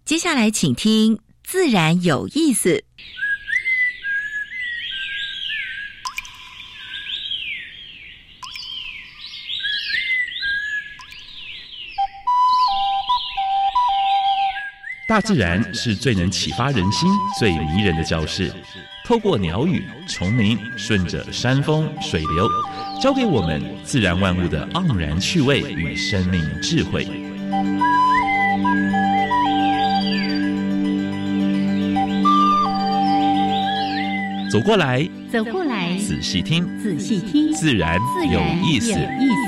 接下来请听《自然有意思》。 大自然是最能启发人心、最迷人的教室。透过鸟语、虫鸣，顺着山峰、水流，教给我们自然万物的盎然趣味与生命智慧。走过来， 走过来， 仔细听， 仔细听， 自然有意思。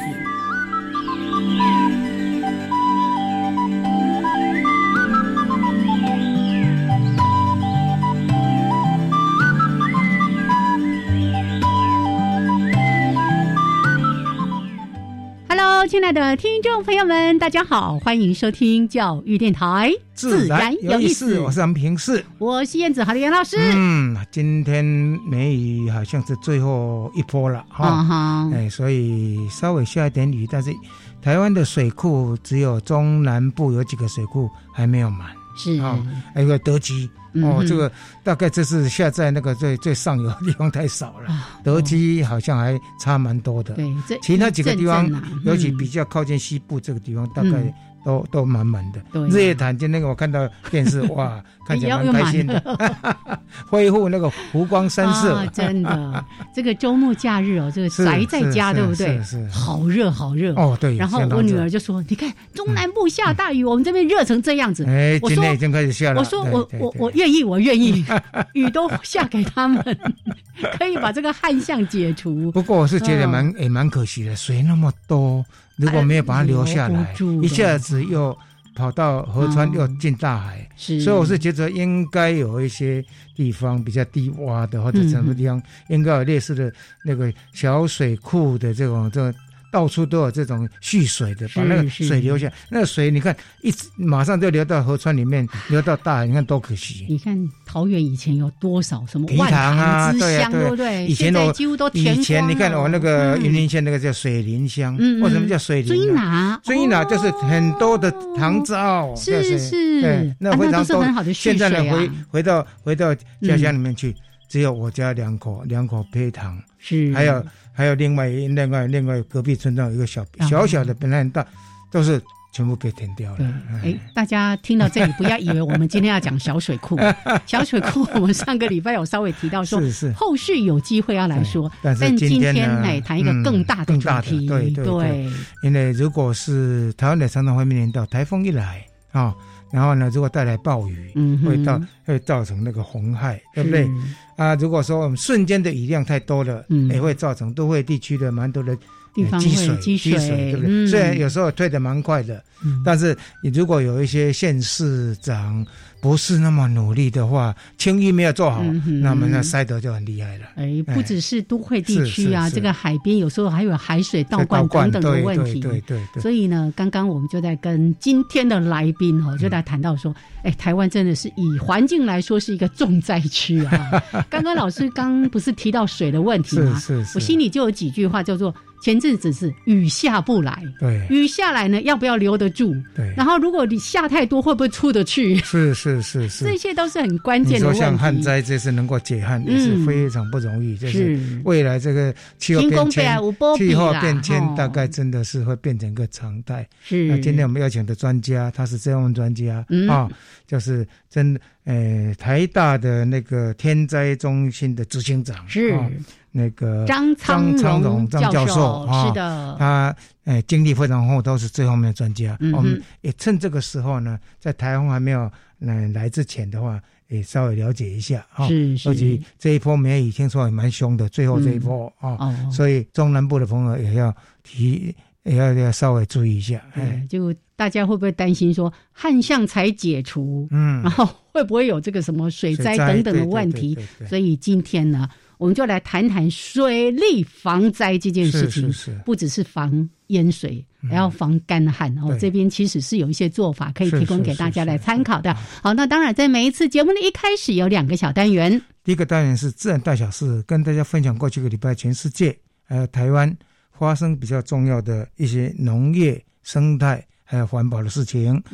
亲爱的听众朋友们，大家好，欢迎收听教育电台自然有意思。我是杨平世， 我是燕子豪的杨老师。 今天梅雨好像是最后一波了哈，所以稍微下一点雨，但是台湾的水库只有中南部有几个水库还没有满， 是还有个德基。这个大概这是下在那个最上游的地方太少了，德基好像还差蛮多的。 对， 其他几个地方，尤其比较靠近西部这个地方，大概都满满的。日月潭今天我看到电视，哇，看起来蛮开心的，恢复那个湖光山色。 真的，这个周末假日这个宅在家，对不对？ 是， 好热好热哦，对。 然后我女儿就说：“你看中南部下大雨，我们这边热成这样子。” 我说今天已经开始下了。 我说我愿意，雨都下给他们，可以把这个旱象解除。 不过我是觉得蛮可惜的，水那么多，如果没有把它留下来，一下子又跑到河川又进大海，所以我是觉得应该有一些地方比较低洼的，或者什么地方应该有类似的那个小水库的这种到处都有这种蓄水的，把那个水留下。那个水你看马上就流到河川里面，流到大海，你看多可惜。 你看桃园以前有多少什么万塘之乡，对不对？ 以前几乎都填光了。 以前你看我那个云林县那个叫水林乡，为什么叫水林？追拿就是很多的糖皂， 是， 那非常多。 很好的现在呢，回到家乡里面去，只有我家两口配糖， 是， 还有另外隔壁村庄有一个小小的，本来很大，都是全部被填掉了。 大家听到这里不要以为我们今天要讲小水库，小水库我们上个礼拜有稍微提到说， 是后续有机会要来说， 但今天谈一个更大的主题。对， 因为如果是台湾的常常会面临到台风一来然后呢，如果带来暴雨，会造成那个洪害，对不对？如果说我们瞬间的雨量太多了，也会造成都会地区的蛮多的地方积水， 对不对？虽然有时候退得蛮快的，但是你如果有一些县市长不是那么努力的话，清淤没有做好，那么那塞得就很厉害了。 不只是都会地区这个海边有时候还有海水倒灌等等的问题。 对。 所以呢，刚刚我们就在跟今天的来宾就在谈到说，台湾真的是以环境来说是一个重灾区啊。刚刚老师不是提到水的问题吗？ 是。 我心里就有几句话叫做。前阵子是雨下不来， 对， 雨下来呢，要不要留得住？ 对， 然后如果你下太多，会不会出得去？ 是， 这些都是很关键的问题。 你说像旱灾这次能够解旱，也是非常不容易。就是未来这个气候变迁，大概真的是会变成一个常态。 是。 那今天我们邀请的专家，他是这样专家就是台大的那个天灾中心的执行长是。 那个张昌荣教授是的， 他经历非常丰富，都是这方面的专家。我们也趁这个时候呢，在台风还没有来之前的话，也稍微了解一下是。 尤其这一波梅雨听说也蛮凶的，最后这一波所以中南部的朋友也要稍微注意一下。 就大家会不会担心说旱象才解除，然后会不会有这个什么水灾等等的问题？所以今天呢，我们就来谈谈水利防灾这件事情，不只是防淹水，还要防干旱。这边其实是有一些做法可以提供给大家来参考的。好，那当然在每一次节目的一开始有2个小单元。 第一个单元是自然大小事，跟大家分享过去一个礼拜全世界还有台湾发生比较重要的一些农业、生态还有环保的事情。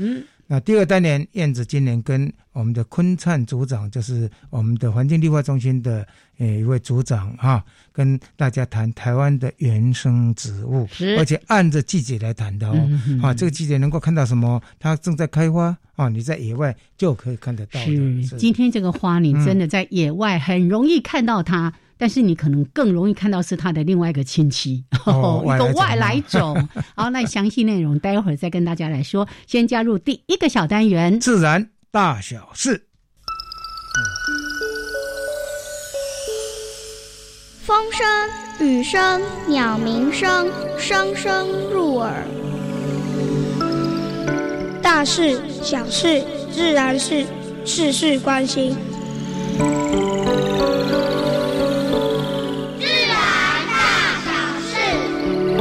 那第二单元，燕子今年跟我们的昆灿组长，就是我们的环境绿化中心的一位组长跟大家谈台湾的原生植物，而且按着季节来谈的这个季节能够看到什么，它正在开花你在野外就可以看得到的。 今天这个花你真的在野外很容易看到它，但是你可能更容易看到是它的另外一个亲戚一个外来种。好，那详细内容待会儿再跟大家来说，先加入第一个小单元， 自然大小事。 风声、雨声、鸟鸣声，声声入耳。大事、小事、自然事，事事关心。自然大小事。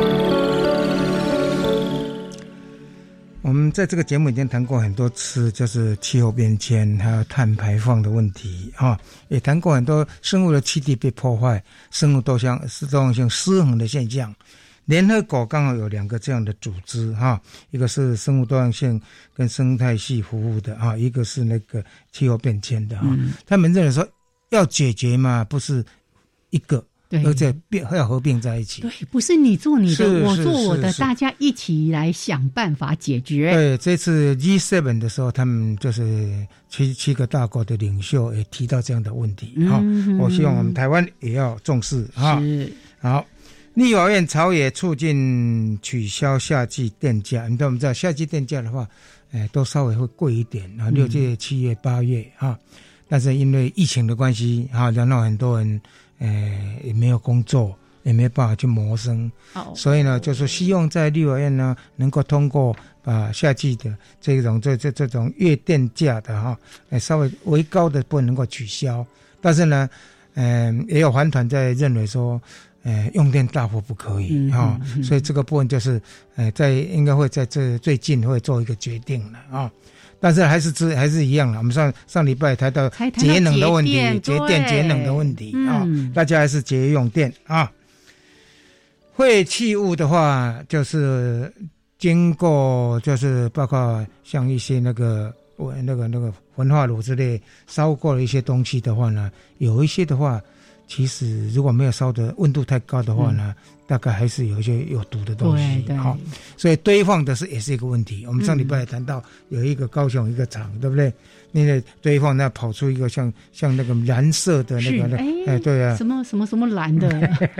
我们在这个节目已经谈过很多次，就是气候变迁还有碳排放的问题也谈过很多生物的栖地被破坏，生物多样性失衡的现象。联合国刚好有2个这样的组织一个是生物多样性跟生态系服务的一个是那个气候变迁的他们认为说要解决嘛，不是一个，而且要合并在一起。 对，不是你做你的，我做我的，大家一起来想办法解决。 对，这次 G7 的时候，他们就是七个大国的领袖也提到这样的问题我希望我们台湾也要重视是。 好。立法院朝野促进取消夏季电价，我们知道夏季电价的话，都稍微会贵一点6月、7月、8月但是因为疫情的关系然后很多人也没有工作，也没办法去谋生所以呢，就是希望在立法院呢能够通过把夏季的这种月电价的稍微微高的部分能够取消，但是呢也有环团在认为说用电大幅不可以所以这个部分就是应该会在这最近会做一个决定了但是还是一样了，我们上礼拜谈到节能的问题，节能的问题大家还是节约用电废弃物的话，就是经过就是包括像一些那个焚化炉之类烧过了一些东西的话呢，有一些的话其实如果没有烧的温度太高的话呢大概还是有一些有毒的东西所以堆放的也是一个问题。我们上礼拜也谈到有一个高雄一个厂对不对，那个堆放那跑出一个像那个蓝色的那个对啊， 什么蓝的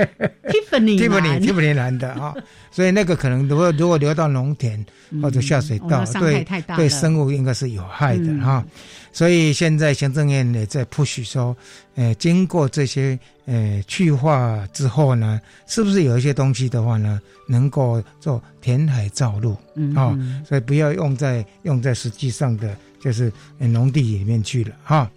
Tiffany 蓝的所以那个可能如果流到农田或者下水道对生物应该是有害的所以现在行政院也在 push 说经过这些去化之后呢，是不是有一些东西的话呢能够做填海造陆所以不要用在实际上的就是农地里面去了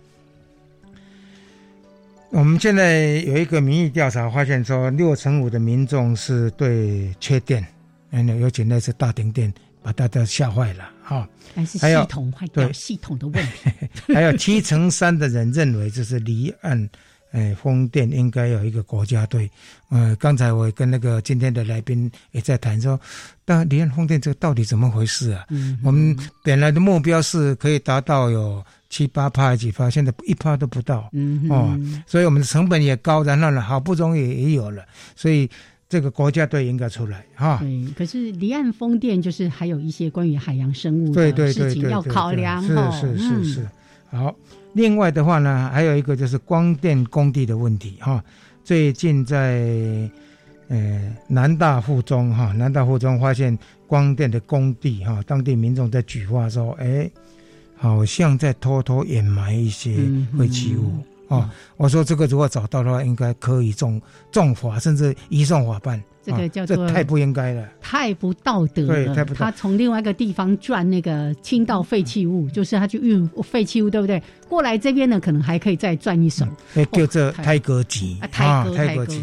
我们现在有一个民意调查发现说65%的民众是对缺电尤其那次大停电把大家吓坏了还是系统坏掉，系统的问题还有73%的人认为就是离岸风电应该有一个国家队刚才我跟那个今天的来宾也在谈说离岸风电这个到底怎么回事我们本来的目标是可以达到有7-8%几%，现在1%都不到所以我们的成本也高，然后呢好不容易也有了，所以这个国家队应该出来对，可是离岸风电就是还有一些关于海洋生物的事情要考量是好。另外的话呢，还有一个就是光电工地的问题最近在南大附中发现光电的工地当地民众在举发说好像在偷偷掩埋一些废弃物我说这个如果找到的话应该可以重罚甚至移送法办， 这个叫做这太不应该了， 太不道德了。 对，太不道德。 他从另外一个地方赚那个倾倒废弃物就是他去运废弃物对不对，过来这边呢可能还可以再赚一手叫做泰戈级泰戈级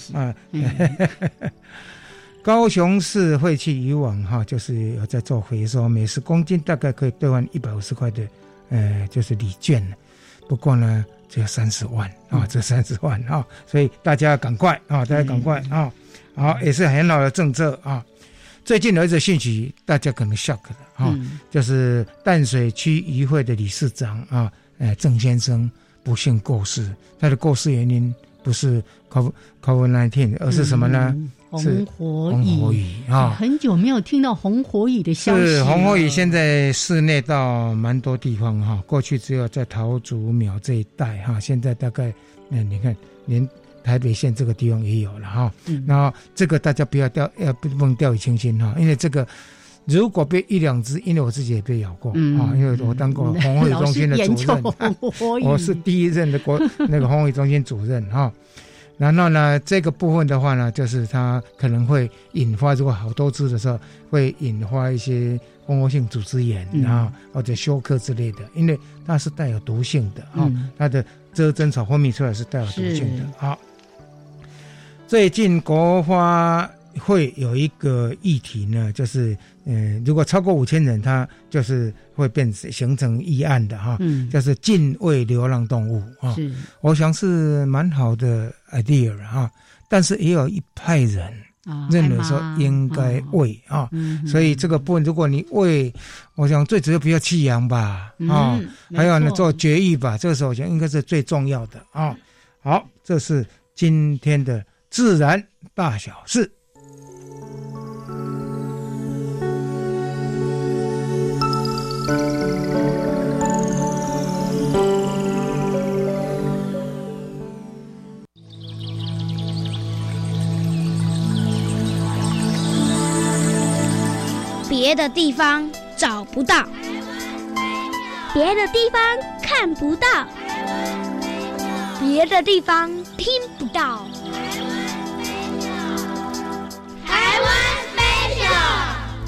高雄市废弃渔网就是有在做回收，每10公斤大概可以兑换150块的就是礼券，不过呢只有30万这30万所以大家赶快大家赶快好，也是很好的政策最近有一则信息，大家可能 shock 了就是淡水区渔会的理事长郑先生不幸过世。他的过世原因不是 COVID-19， 而是什么呢？ 红火蚁很久没有听到红火蚁的消息。 是红火蚁现在室内到蛮多地方过去只有在桃竹苗这一带现在大概你看连台北县这个地方也有了然后这个大家不能掉以轻心因为这个如果被一两只，因为我自己也被咬过因为我当过红火蚁中心的主任我是第一任的那个红火蚁中心主任然后呢，这个部分的话呢，就是它可能会引发，如果好多只的时候，会引发一些蜂窝性组织炎或者休克之类的，因为它是带有毒性的它的蜇针草分泌出来是带有毒性的最近国发会有一个议题呢，就是如果超过5000人，它就是会形成议案的就是禁喂流浪动物我想是蛮好的 idea 但是也有一派人认为说应该喂所以这个部分如果你喂，我想最主要不要弃养吧还有呢做绝育吧，这个时候我想应该是最重要的好，这是今天的自然大小事。 别的地方找不到，别的地方看不到，别的地方听不到。台湾 Special。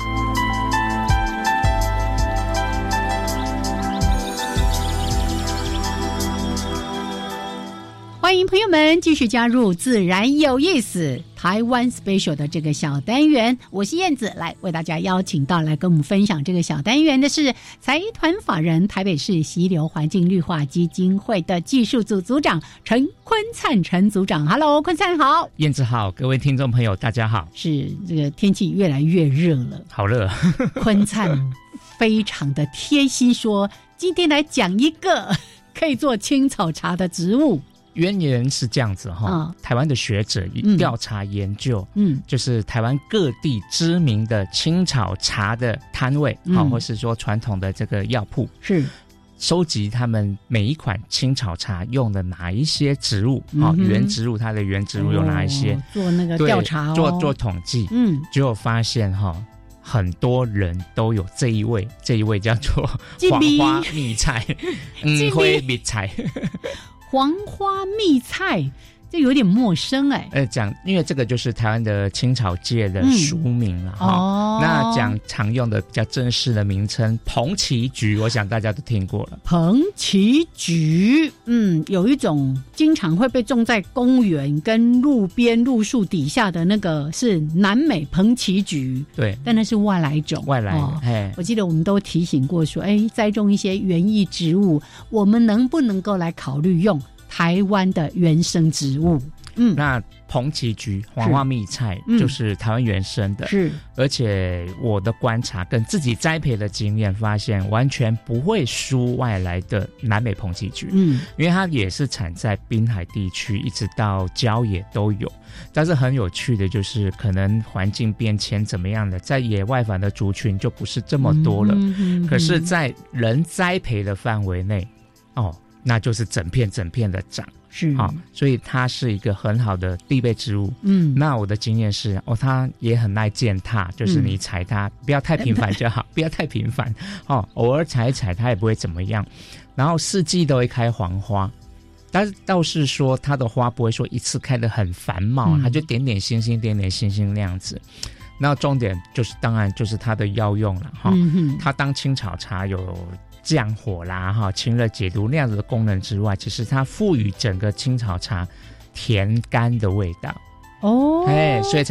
欢迎朋友们继续加入自然有意思台湾 Special 的这个小单元，我是燕子，来为大家邀请到来跟我们分享这个小单元的是财团法人台北市溪流环境绿化基金会的技术组组长陈坤灿陈组长。 Hello， 坤灿好。 燕子好，各位听众朋友大家好。 是这个天气越来越热了， 好热坤灿非常的贴心说今天来讲一个可以做青草茶的植物。 渊源是这样子台湾的学者调查研究就是台湾各地知名的青草茶的摊位或是说传统的这个药铺，是收集他们每一款青草茶用的哪一些植物原植物，它的原植物有哪一些做那个调查做统计结果发现很多人都有这一味叫做黄花蜜菜灰蜜菜黄花蜜菜，这有点陌生因为这个就是台湾的青草界的俗名了那讲常用的比较正式的名称蓬旗菊，我想大家都听过了。 蓬旗菊有一种经常会被种在公园跟路边路树底下的那个是南美蓬旗菊，对，但那是外来种。我记得我们都提醒过说栽种一些园艺植物，我们能不能够来考虑用台湾的原生植物那蓬旗菊黄花蜜菜就是台湾原生的是而且我的观察跟自己栽培的经验发现完全不会输外来的南美蓬旗菊因为它也是产在滨海地区一直到郊野都有，但是很有趣的就是可能环境变迁怎么样的，在野外反的族群就不是这么多了可是在人栽培的范围内那就是整片的长是所以它是一个很好的地被植物那我的经验是它也很耐践踏，就是你踩它不要太频繁就好不要太频繁偶尔踩一踩它也不会怎么样，然后四季都会开黄花，但是倒是说它的花不会说一次开得很繁茂它就点点星星那样子。那重点就是当然就是它的药用了它当青草茶有降火啦清热解毒那样子的功能之外，其实它赋予整个青草茶甜甘的味道所以才叫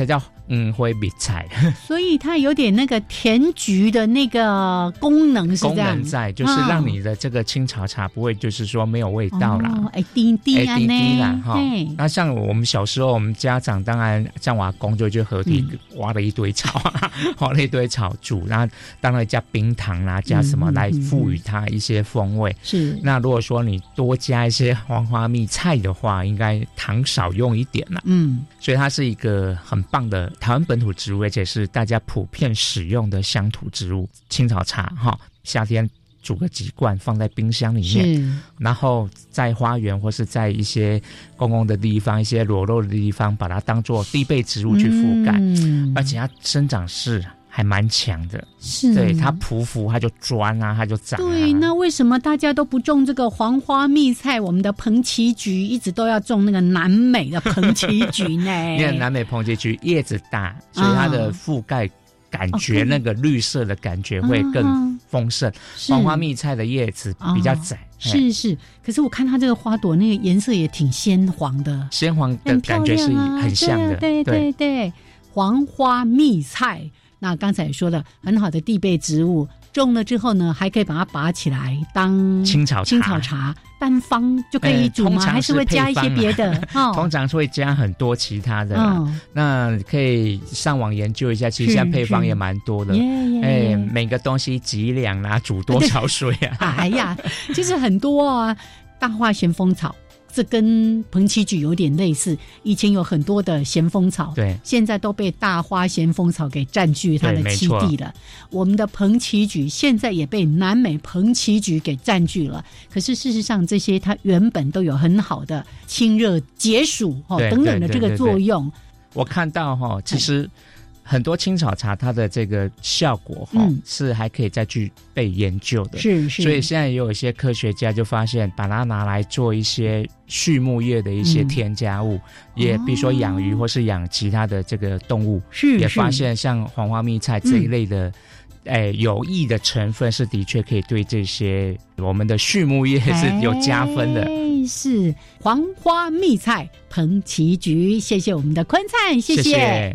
会蜜菜， 所以它有点那个甜菊的那个功能是这样， 功能在就是让你的这个青草茶不会就是说没有味道啦， 滴滴啊啦哈。那像我们小时候，我们家长当然像我阿公就河堤挖了一堆草，挖了一堆草煮，然后当然加冰糖啦，加什么来赋予它一些风味。 是。 那如果说你多加一些黄花蜜菜的话，应该糖少用一点啦。所以它是一个很棒的台湾本土植物，而且是大家普遍使用的乡土植物。青草茶哈，夏天煮个几罐放在冰箱里面，然后在花园或是在一些公共的地方、一些裸露的地方，把它当作地被植物去覆盖，而且它生长势还蛮强的， 是对它匍匐，它就钻啊，它就长啊。 对，那为什么大家都不种这个黄花蜜菜？我们的蓬崎菊一直都要种那个南美的蓬崎菊呢？ 因为南美蓬崎菊叶子大，所以它的覆盖感觉那个绿色的感觉会更丰盛。黄花蜜菜的叶子比较窄， 是。可是我看它这个花朵那个颜色也挺鲜黄的， 鲜黄的感觉是很像的。 对，黄花蜜菜。那刚才说的很好的地被植物，种了之后呢，还可以把它拔起来当青草茶，单方就可以煮吗？还是会加一些别的？ 通常会加很多其他的。那可以上网研究一下，其实现在配方也蛮多的。每个东西几两啦，煮多少水啊？ 哎呀，其实很多啊，大花咸丰草。这跟蓬崎菊有点类似，以前有很多的咸丰草， 对， 现在都被大花咸丰草给占据它的栖地了。我们的蓬崎菊现在也被南美蓬崎菊给占据了。可是事实上，这些它原本都有很好的清热解暑等等的这个作用。 我看到其实很多青草茶它的这个效果是还可以再去被研究的， 是。 所以现在也有一些科学家就发现，把它拿来做一些畜牧业的一些添加物，也比如说养鱼或是养其他的这个动物，也发现像黄花蜜菜这一类的。有益的成分是的确可以对这些我们的畜牧业是有加分的。 是黄花蜜菜、蓬崎菊，谢谢我们的坤灿，谢谢。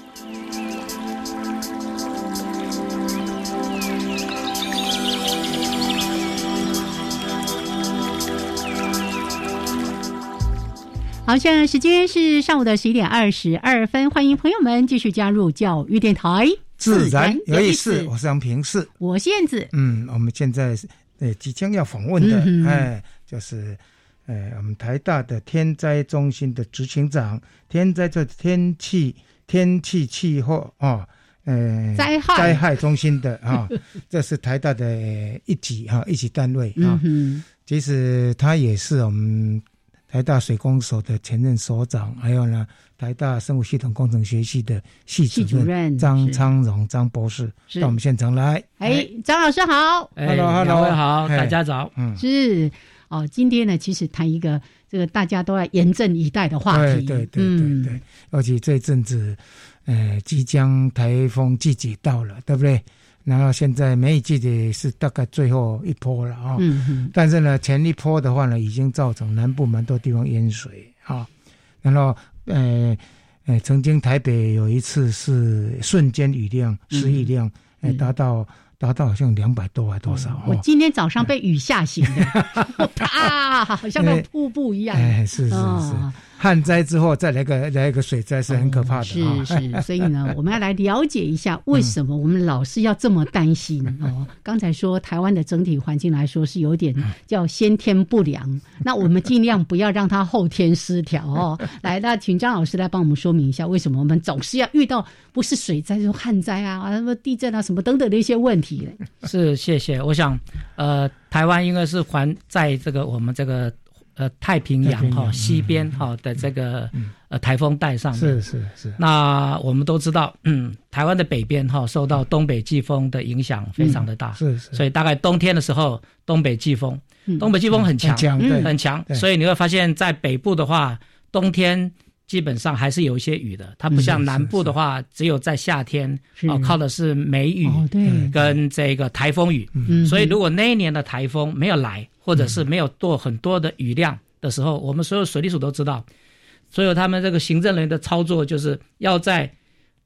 好，现在时间是上午的11:22，欢迎朋友们继续加入教育电台， 自然有意思。我是杨平世， 我是燕子。 我们现在即将要访问的，就是我们台大的天灾中心的执行长，天灾就是天气气候灾害中心的这是台大的一级单位其实他也是我们台大水工所的前任所长，还有呢台大生物系统工程学系的系主任张昌荣张博士到我们现场来。 张老师好。 Hello， 两位好，大家早。 是今天呢其实谈一个这个大家都要严阵以待的话题。 对，而且这阵子即将台风季节到了，对不对？然后现在梅雨季节是大概最后一波了但是呢前一波的话呢已经造成南部蛮多地方淹水然后曾经台北有一次是瞬间雨量10亿量达到好像200多还多少我今天早上被雨吓醒的啪好像个瀑布一样是旱灾之后再来个水灾是很可怕的是所以呢我们要来了解一下为什么我们老是要这么担心刚才说台湾的整体环境来说是有点叫先天不良那我们尽量不要让它后天失调来，那请张老师来帮我们说明一下为什么我们总是要遇到不是水灾就是旱灾地震什么等等的一些问题是谢谢。我想台湾应该是环在这个我们这个太平洋西边的这个台风带上面是。 那我们都知道台湾的北边受到东北季风的影响非常的大是所以大概冬天的时候东北季风很强很强所以你会发现在北部的话冬天基本上还是有一些雨的，它不像南部的话只有在夏天靠的是梅雨跟这个台风雨所以如果那一年的台风没有来或者是没有做很多的雨量的时候我们所有水利署都知道所有他们这个行政人员的操作就是要在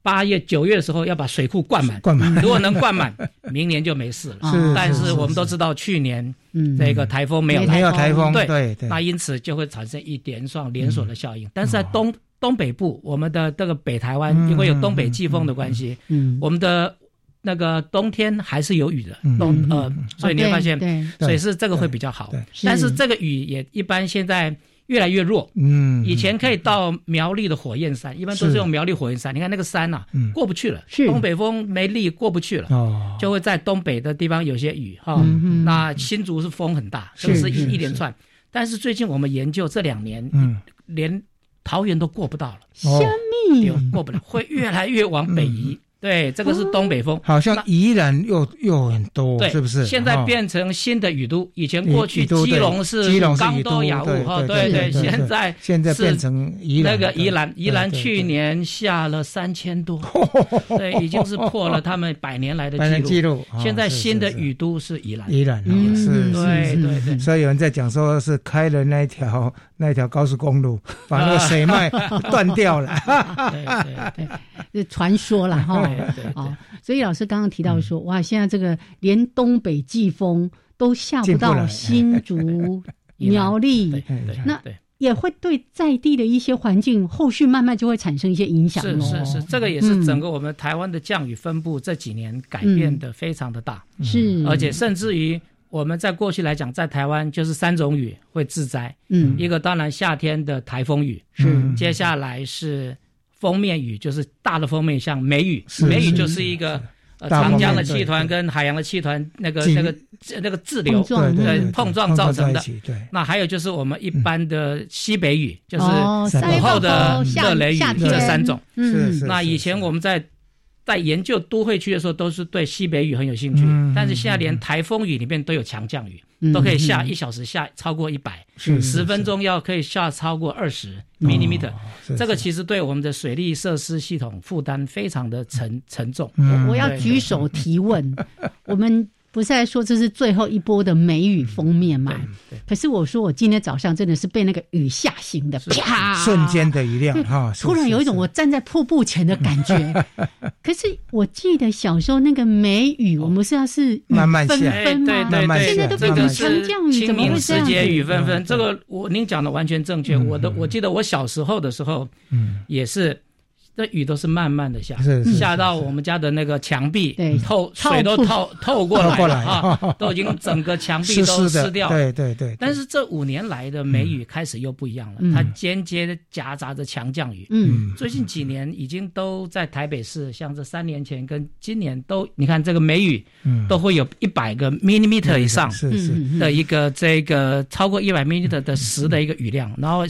8月、9月的时候要把水库灌满，如果能灌满，明年就没事了。但是我们都知道去年这个台风没有台风， 对，那因此就会产生一连锁的效应。但是在东北部，我们的这个北台湾因为有东北季风的关系，我们的那个冬天还是有雨的，所以你会发现，所以是这个会比较好。但是这个雨也一般现在越来越弱。以前可以到苗栗的火焰山，一般都是用苗栗火焰山。你看那个山啊，过不去了，东北风没力过不去了，就会在东北的地方有些雨哈。那新竹是风很大，这是一连串。但是最近我们研究这2年，连桃园都过不到了，过不了，会越来越往北移。对，这个是东北风， 好像宜兰又很多，是不是？ 现在变成新的雨都，以前过去基隆是港都雅务哈，对，现在变成宜兰。 那个宜兰去年下了3000多，对，已经是破了他们100年来的记录。现在新的雨都是宜兰， 是， 对。 所以有人在讲说是开了那一条高速公路，把那个水脉断掉了。 对，传说了哈。所以老师刚刚提到说，哇，现在这个连东北季风都下不到新竹、苗栗，那也会对在地的一些环境，后续慢慢就会产生一些影响。 是，这个也是整个我们台湾的降雨分布这几年改变的非常的大， 是， 而且甚至于我们在过去来讲，在台湾就是3种雨会致灾，一个当然夏天的台风雨，接下来是锋面雨，就是大的锋面，像梅雨，梅雨就是一个长江的气团跟海洋的气团那个滞留碰撞造成的。那还有就是我们一般的西北雨，就是午后的热雷雨，这3种。那以前我们在研究都会区的时候，都是对西北雨很有兴趣，但是现在连台风雨里面都有强降雨，都可以下1小时下超过100，10分钟可以下超过20 mm。这个其实对我们的水利设施系统负担非常的沉重。 我要举手提问，我们不是在说这是最后一波的梅雨封面嘛？可是我说我今天早上真的是被那个雨吓醒的，啪， 瞬间的雨量哈， 突然有一种我站在瀑布前的感觉。可是我记得小时候那个梅雨，我们是要是慢慢下， 对，现在都变成强降雨，怎么会这样子？ 清明时节雨纷纷，这个您讲的完全正确。我记得我小时候的时候，也是。这雨都是慢慢的下，下到我们家的那个墙壁，水都透过来啊，都已经整个墙壁都湿掉。 对。 但是这5年来的梅雨开始又不一样了，它间接夹杂着强降雨。最近几年已经都在台北市，像这3年前跟今年都，你看这个梅雨都会有100个 millimeter 以上的一个这个超过100 millimeter 的时的一个雨量，然后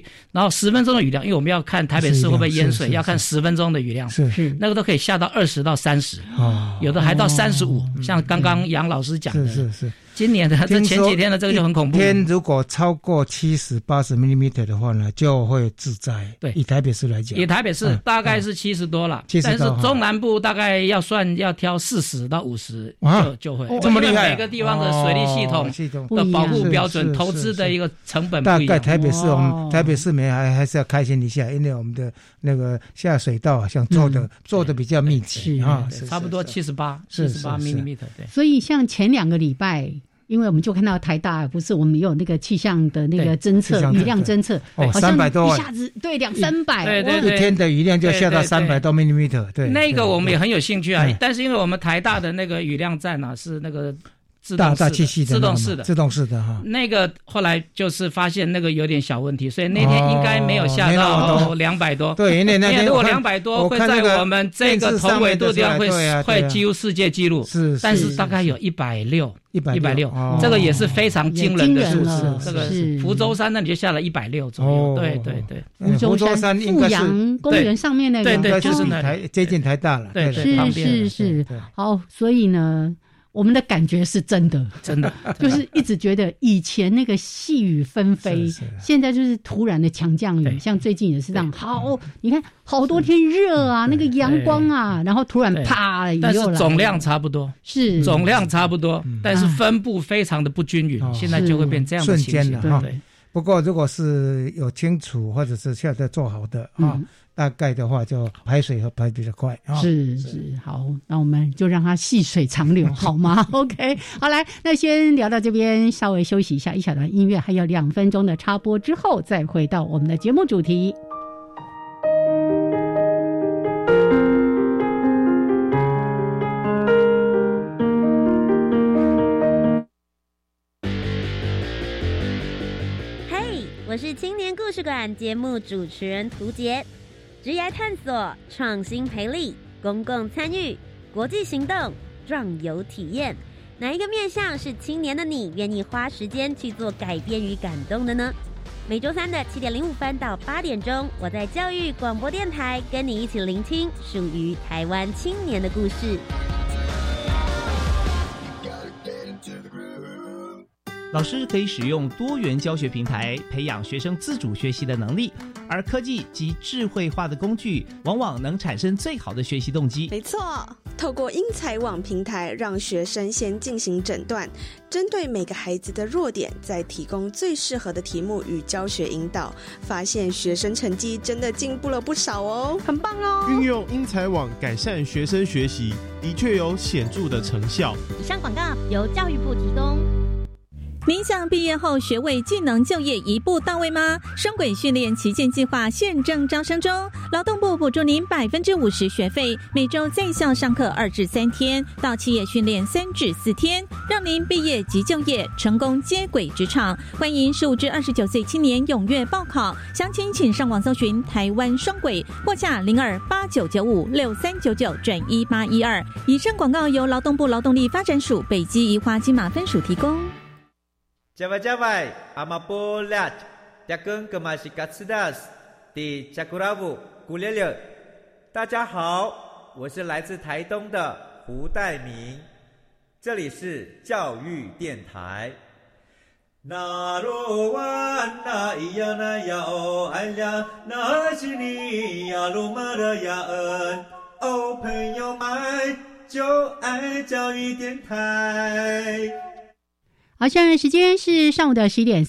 10分钟的雨量，因为我们要看台北市会不会淹水，要看10分钟的雨量，是那个都可以下到20到30，有的还到35，像刚刚杨老师讲的，是今年的这前几天的这个就很恐怖。 天如果超过70、80 mm 的话呢，就会致灾。对，以台北市来讲， 以台北市大概是70多了，但是中南部大概要挑40到50就会这么厉害。 每个地方的水利系统的保护标准、投资的一个成本不一样。 大概台北市我们台北市民还是要开心一下，因为我们的那个下水道好像做的比较密集啊， 差不多78 mm。对， 所以像前2个礼拜。因为我们就看到台大不是我们有那个气象的那个侦测雨量侦测，好像 300多万， 一下子对200-300， 对， 一天的雨量就下到300多 mm， 对， 那个我们也很有兴趣啊。但是因为我们台大的那个雨量站啊是那个大气系的自动式的哈， 那个后来就是发现那个有点小问题，所以那天应该没有下到200多。 对，因为那天如果200多会在我们这个同纬度地方会几乎世界纪录，但是大概有160，这个也是非常惊人的数字。这个福州山那里就下了160左右。对， 福州山富阳公园上面那个， 对，就是那接近台大了。 对， 是。好，所以呢。我们的感觉是真的，就是一直觉得以前那个细雨纷飞，现在就是突然的强降雨，像最近也是这样。好，你看好多天热啊，那个阳光啊，然后突然啪， 但是总量差不多，但是分布非常的不均匀，现在就会变这样的情形。 不过如果是有清楚或者是现在做好的大概的话就排水和排比较快。 是好，那我们就让它细水长流好吗？OK， 好，来，那先聊到这边，稍微休息一下，一小段音乐，还有2分钟的插播之后，再回到我们的节目主题。 我是青年故事馆节目主持人涂杰，职业探索、创新培力、公共参与、国际行动、壮游体验，哪一个面向是青年的你愿意花时间去做改变与感动的呢？每周三的7点05分到8点钟，我在教育广播电台跟你一起聆听属于台湾青年的故事。 老师可以使用多元教学平台培养学生自主学习的能力，而科技及智慧化的工具往往能产生最好的学习动机。 没错，透过英才网平台，让学生先进行诊断，针对每个孩子的弱点，再提供最适合的题目与教学引导，发现学生成绩真的进步了不少哦，很棒哦！ 运用英才网改善学生学习，的确有显著的成效。 以上广告由教育部提供。 您想毕业后学位技能就业一步到位吗？双轨训练旗舰计划现正招生中，劳动部补助您50%学费，每周在校上课2至3天，到企业训练3至4天，让您毕业即就业，成功接轨职场。欢迎15至29岁青年踊跃报考，详情请上网搜寻台湾双轨，或洽0289956399-1812。以上广告由劳动部劳动力发展署北基宜花金马分署提供。 Jawai, Amapolat, Dakun Kemasikatsidas, di Jakuravu, Gulele。大家好，我是来自台东的胡代明，这里是教育电台。那罗哇那咿呀那呀哦哎呀，那是你呀鲁玛的呀恩哦，朋友们就爱教育电台。 好，现在时间是上午的11点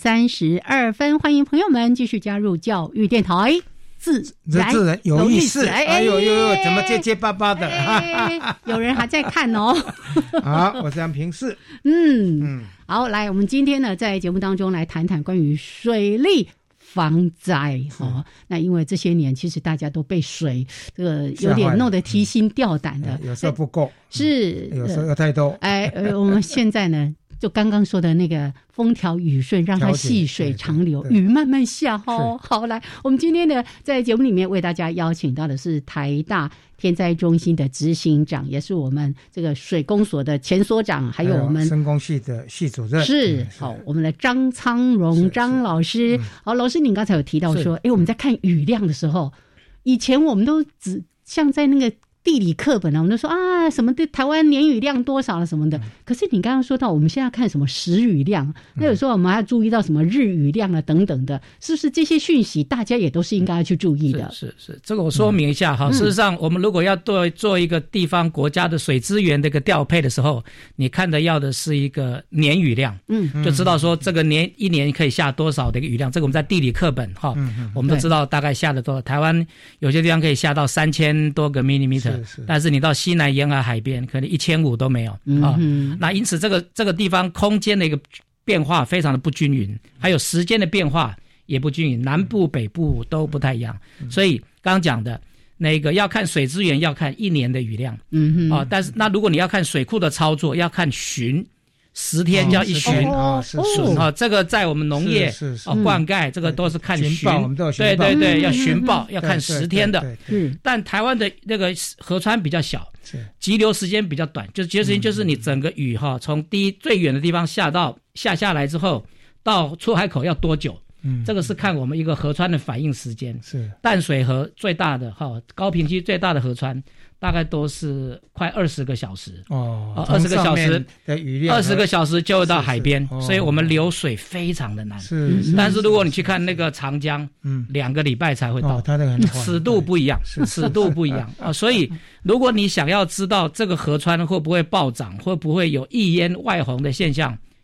32分，欢迎朋友们继续加入教育电台。自然有意思，哎呦，怎么结巴巴的？ 有人还在看哦。 好，我是杨平世。 好，来，我们今天呢，在节目当中来谈谈关于水利防灾。那因为这些年其实大家都被水这个有点弄得提心吊胆的， 有时候不够， 是有时候有太多。 我们现在呢，就刚刚说的那个风调雨顺，让它细水长流，雨慢慢下哦。好，来，我们今天呢，在节目里面为大家邀请到的是台大天灾中心的执行长，也是我们这个水工所的前所长，还有我们生工系的系主任。 是，好，我们的张昌荣张老师。好，老师，您刚才有提到说，我们在看雨量的时候，以前我们都只像在那个地理课本我们都说啊，什么的台湾年雨量多少了什么的。可是你刚刚说到，我们现在看什么时雨量，那有时候我们还要注意到什么日雨量啊等等的，是不是这些讯息大家也都是应该要去注意的？ 是，这个我说明一下哈。事实上，我们如果要做一个地方国家的水资源的一个调配的时候，你看的要的是一个年雨量，就知道说这个一年可以下多少的一个雨量。这个我们在地理课本哈，我们都知道大概下的多少。台湾有些地方可以下到3000多个 millimeter。但是你到西南沿海海边可能1500都没有啊。那因此这个地方空间的一个变化非常的不均匀，还有时间的变化也不均匀，南部北部都不太一样。所以刚刚讲的那个要看水资源，要看一年的雨量，但是那如果你要看水库的操作，要看旬。10天叫一旬，这个在我们农业灌溉，这个都是看旬，对，要旬报，要看10天的。但台湾的那个河川比较小，急流时间比较短，就急流时间就是你整个雨从最远的地方下来之后，到出海口要多久？这个是看我们一个河川的反应时间。是淡水河最大的高屏区最大的河川。大概都是快20个小时，20个小时的雨量，20个小时就会到海边，所以我们流水非常的难。但是如果你去看那个长江，2个礼拜才会到，尺度不一样，尺度不一样啊。所以如果你想要知道这个河川会不会暴涨，会不会有溢淹外洪的现象，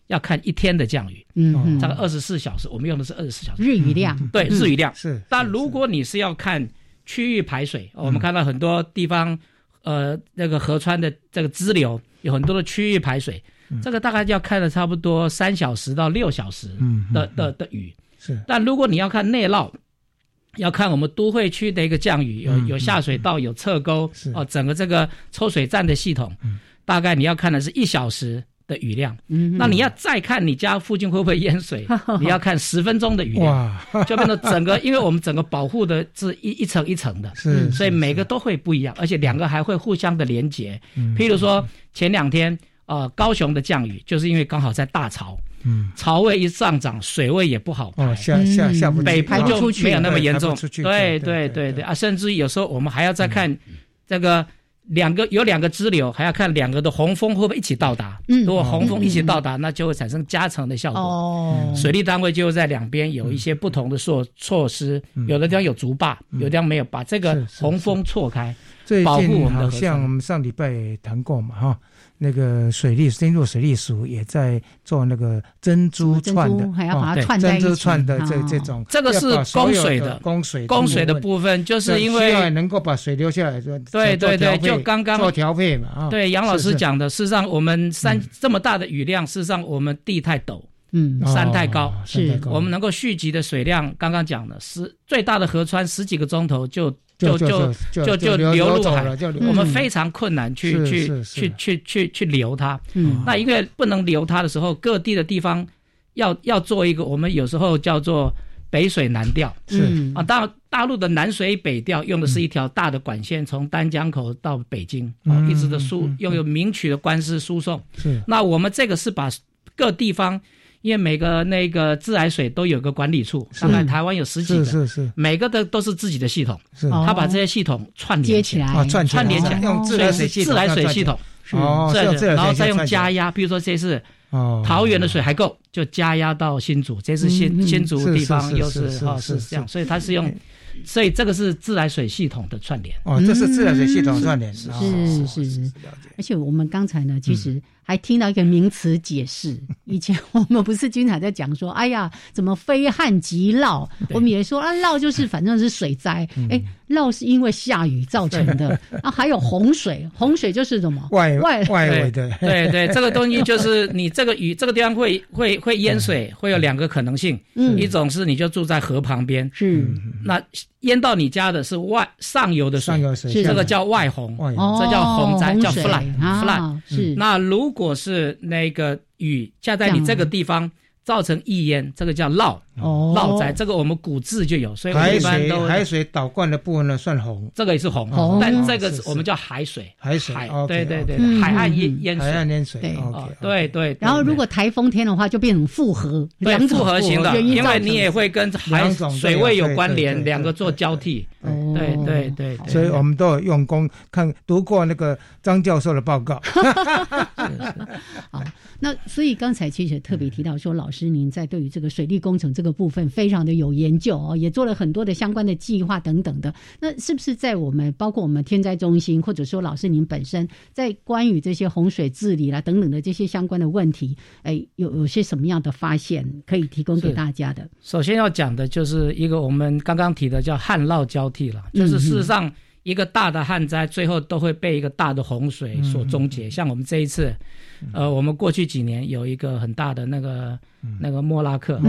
要看一天的降雨，大概24小时，我们用的是24小时日雨量， 对，日雨量是。 但如果你是要看区域排水，我们看到很多地方，那个河川的这个支流有很多的区域排水，这个大概要看了差不多3小时到6小时的雨。 是。 但如果你要看内涝，要看我们都会区的一个降雨，有下水道，有侧沟，整个这个抽水站的系统，大概你要看的是1小时的雨量，那你要再看你家附近会不会淹水，你要看10分钟的雨量，就变成整个，因为我们整个保护的是一层一层的，所以每个都会不一样，而且2个还会互相的连结。譬如说前2天高雄的降雨，就是因为刚好在大潮，潮位一上涨，水位也不好排， 下不北部就没有那么严重，对啊，甚至有时候我们还要再看这个。有2个支流，还要看2个的洪峰会不会一起到达。如果洪峰一起到达，那就会产生加成的效果。水利单位就在2边有一些不同的措施，有的地方有竹坝，有的地方没有，把这个洪峰错开，保护我们的河川。 好像我们上礼拜谈过嘛，哈。那个新竹水利署也在做那个珍珠串的， 还要把它串在一起。 珍珠串的这种， 这个是供水的，供水的部分，就是因为需要能够把水流下来。 对，就刚刚做调配嘛。 对，杨老师讲的，事实上我们这么大的雨量，事实上我们地太陡。山太高，是我们能够蓄积的水量，刚刚讲的最大的河川10几个钟头就流入海，我们非常困难去流它。那因为不能流它的时候，各地的地方要做一个，我们有时候叫做北水南调。大陆的南水北调用的是一条大的管线，从丹江口到北京，一直的用有明渠的官司输送。那我们这个是把各地方。因为每个那个自来水都有个管理处，大概台湾有10几个， 是每个的都是自己的系统，他把这些系统串联起来，串联起来， 用自来水系统，然后再用加压，比如说这次桃园的水还够，就加压到新竹，这次新竹地方又是这样，所以它是用。所以这个是自来水系统的串联这是自来水系统串联，是。 而且我们刚才呢，其实还听到一个名词解释。以前我们不是经常在讲说，哎呀，怎么非旱即涝？我们也说涝就是反正是水灾，涝是因为下雨造成的。还有洪水，洪水就是什么外围的。 对，这个东西就是你这个雨这个地方会淹水，会有2个可能性。一种是你就住在河旁边，那淹到你家的是上游的水，这个叫外洪，这叫洪灾，叫 flood。那如果是那个雨下在你这个地方造成易淹，这个叫涝灾，这个我们古字就有，所以我们一般都海水倒灌的部分呢算洪， 这个也是洪，但这个我们叫海水，对，海岸淹水，对。 然后如果台风天的话，就变成复合， 复合型的，因为你也会跟海水位有关联，2个做交替，对。 所以我们都有用功读过那个张教授的报告。 好，那所以刚才其实特别提到说，老师您在对于这个水利工程这个部分非常的有研究也做了很多的相关的计划等等的。那是不是在包括我们天灾中心，或者说老师您本身在关于这些洪水治理啦等等的这些相关的问题，有些什么样的发现可以提供给大家的？ 首先要讲的就是一个我们刚刚提的叫旱涝交替了，就是事实上一个大的旱灾最后都会被一个大的洪水所终结。像我们这一次我们过去几年有一个很大的那个莫拉克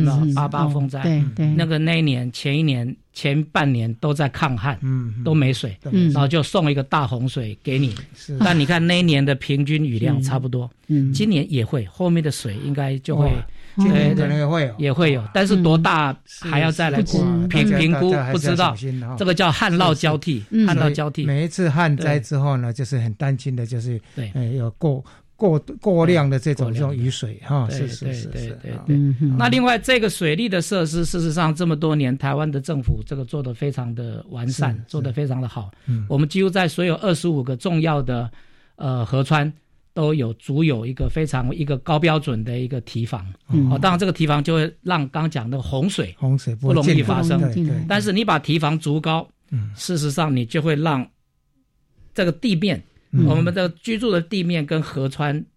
88风灾，那一年前半年都在抗旱，都没水，然后就送一个大洪水给你。但你看那一年的平均雨量差不多，今年也会，后面的水应该就会。 今年可能也会有， 但是多大还要再来评估，不知道。这个叫旱涝交替，旱涝交替。 每一次旱灾之后呢，就是很担心的，就是有过量的这种雨水哈，是。 那另外这个水利的设施，事实上这么多年，台湾的政府这个做得非常的完善，做得非常的好。我们几乎在所有25个重要的河川。都足有一个高标准的一个堤防，当然这个堤防就会让刚刚讲的洪水不容易发生，但是你把堤防足高，事实上你就会让这个地面，我们的居住的地面跟河川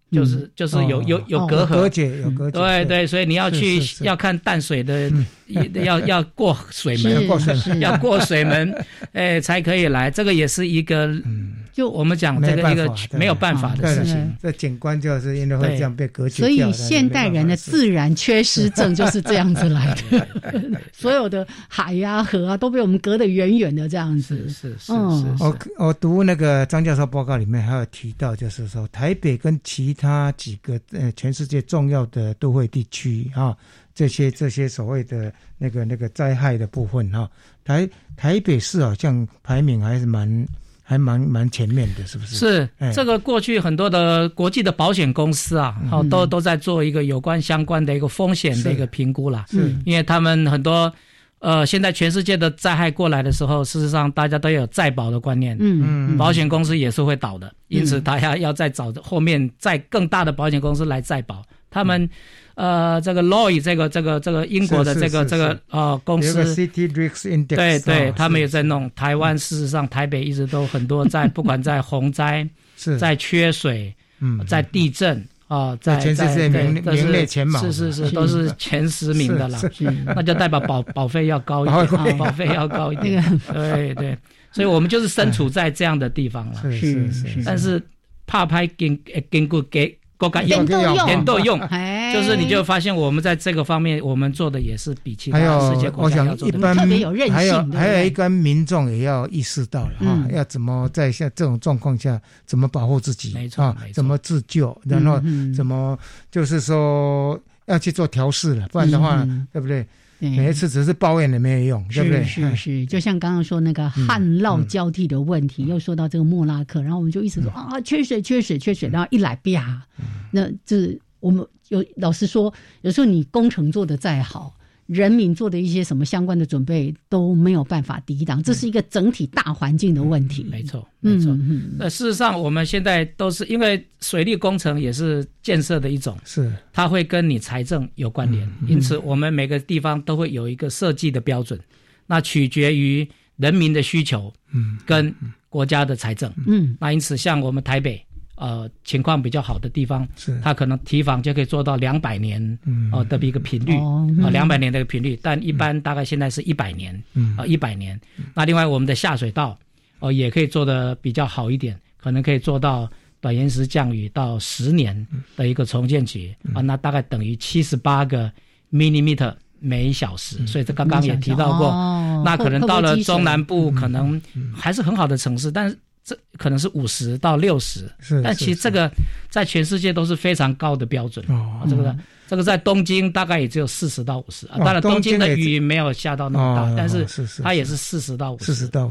就是有隔阂， 隔解有隔解， 对对，所以你要去要看淡水的，要过水门，要过水门，才可以来。这个也是一个，就我们讲这个一个没有办法的事情。 这景观就是因为会这样被隔绝掉。 所以现代人的自然缺失症就是这样子来的，所有的海啊河啊都被我们隔得远远的这样子。 是。 我读那个张教授报告里面还有提到，就是说台北跟其他几个全世界重要的都会地区啊，这些所谓的那个灾害的部分哈，台北市好像排名还是蛮前面的，是不是？ 是，这个过去很多的国际的保险公司啊，都在做一个有关相关的一个风险的一个评估啦。因为他们很多现在全世界的灾害过来的时候，事实上大家都有再保的观念，保险公司也是会倒的，因此大家要再找后面再更大的保险公司来再保。他们这个 Lloyd 这个英国的这个公司， City Risk Index， 对，他们也在弄。台湾事实上台北一直都很多在不管在洪灾，在缺水，在地震。在全世界名列前茅， 是都是前10名的啦。那就代表保费要高一点，保费要高一点。对，所以我们就是身处在这样的地方了。 是， 但是怕拍经过给国家点都用，就是你就发现我们在这个方面，我们做的也是比其他世界国家要做的特别有韧性。 还有一个民众也要意识到了哈，要怎么在像这种状况下怎么保护自己， 没错， 怎么自救，然后怎么就是说要去做调试了，不然的话，对不对？每一次只是抱怨也没有用，对不对？ 是，就像刚刚说那个旱涝交替的问题，又说到这个莫拉克，然后我们就一直说缺水，然后一来啪，那这我们老实说，有时候你工程做得再好，人民做的一些什么相关的准备都没有办法抵挡，这是一个整体大环境的问题。 没错。事实上我们现在都是因为水利工程也是建设的一种， 是它会跟你财政有关联，因此我们每个地方都会有一个设计的标准，那取决于人民的需求跟国家的财政。那因此像我们台北情况比较好的地方，它可能堤防就可以做到200年的一个频率，200年的一个频率，但一般大概现在是100年，100年。那另外我们的下水道也可以做得比较好一点，可能可以做到短延时降雨到10年的一个重建期那大概等于78个 millimeter 每小时，所以这刚刚也提到过，那可能到了中南部可能还是很好的城市，但是这可能是50到60，但其实这个在全世界都是非常高的标准。这个在东京大概也只有40到50当然东京的雨没有下到那么大，但是它也是40到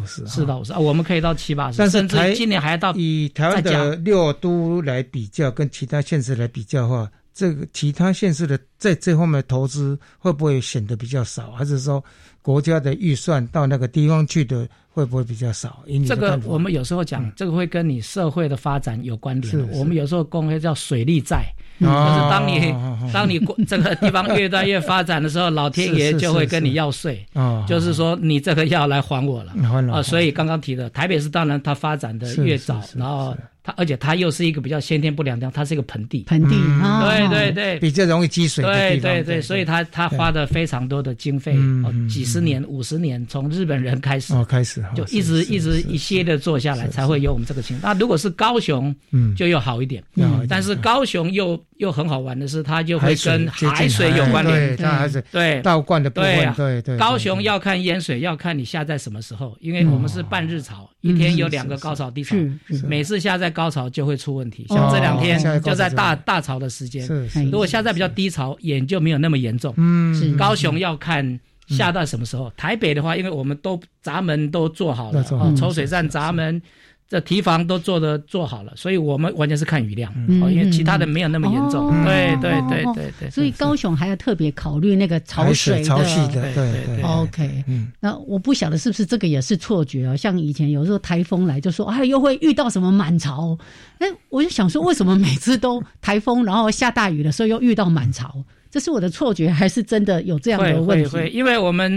50，我们可以到70-80，甚至今年还要到。 以台湾的6都来比较，跟其他县市来比较的话，这个其他县市的在这方面的投资会不会显得比较少，还是说国家的预算到那个地方去的会不会比较少？ 这个我们有时候讲，这个会跟你社会的发展有关联。我们有时候公会叫水利债，就是当你这个地方越来越发展的时候，老天爷就会跟你要税，就是说你这个要来还我了所以刚刚提的台北市，当然它发展的越早，然后而且它又是一个比些天不良地方，它是一个盆地，对， 比较容易积水的地方， 对，所以它花的非常多的经费，几十年、50年，从日本人开始就一直一些的做下来，才会有我们这个情况。那如果是高雄，就又好一点，但是高雄又很好玩的是，它就会跟海水有关联， 对倒灌的部分，对。 高雄要看淹水，要看你下在什么时候，因为我们是半日潮，一天有2个高潮低潮，每次下在高潮就会出问题，像这2天就在大潮的时间，如果下在比较低潮，也就没有那么严重。高雄要看下到什么时候，台北的话，因为我们都闸门都做好了，抽水站闸门这堤防都做好了，所以我们完全是看雨量，因为其他的没有那么严重。对。 所以高雄还要特别考虑那个潮水潮汐的，对。 OK，那我不晓得是不是这个也是错觉像以前有时候台风来就说又会遇到什么满潮，我就想说为什么每次都台风然后下大雨的时候又遇到满潮？这是我的错觉还是真的有这样的问题？ 会，因为我们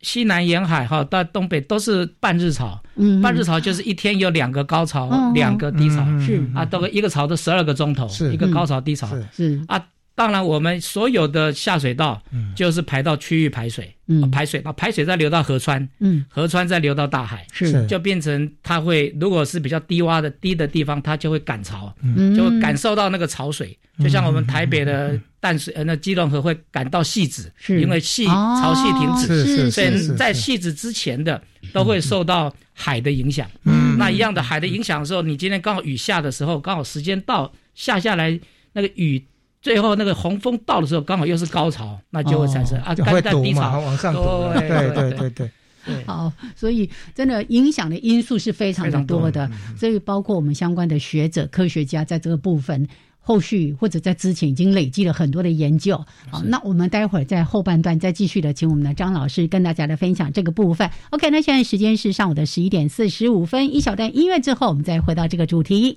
西南沿海哈到东北都是半日潮，半日潮就是一天有2个高潮，2个低潮，是啊，都一个潮都12个钟头，一个高潮低潮，是啊。当然，我们所有的下水道就是排到区域排水，排水再流到河川，河川再流到大海，是就变成它会，如果是比较低的地方，它就会赶潮，就会感受到那个潮水，就像我们台北的淡水那基隆河会赶到汐止，因为潮汐停止，所以在汐止之前的都会受到海的影响。那一样的海的影响的时候，你今天刚好雨下的时候，刚好时间到下来那个雨。最后那个洪峰到的时候，刚好又是高潮，那就会产生干淡低潮往上堵。对。 好，所以真的影响的因素是非常的多的，所以包括我们相关的学者、科学家在这个部分，后续或者在之前已经累积了很多的研究。好，那我们待会儿在后半段再继续的，请我们的张老师跟大家来分享这个部分。OK， 那现在时间是上午的11点45分，一小段音乐之后，我们再回到这个主题。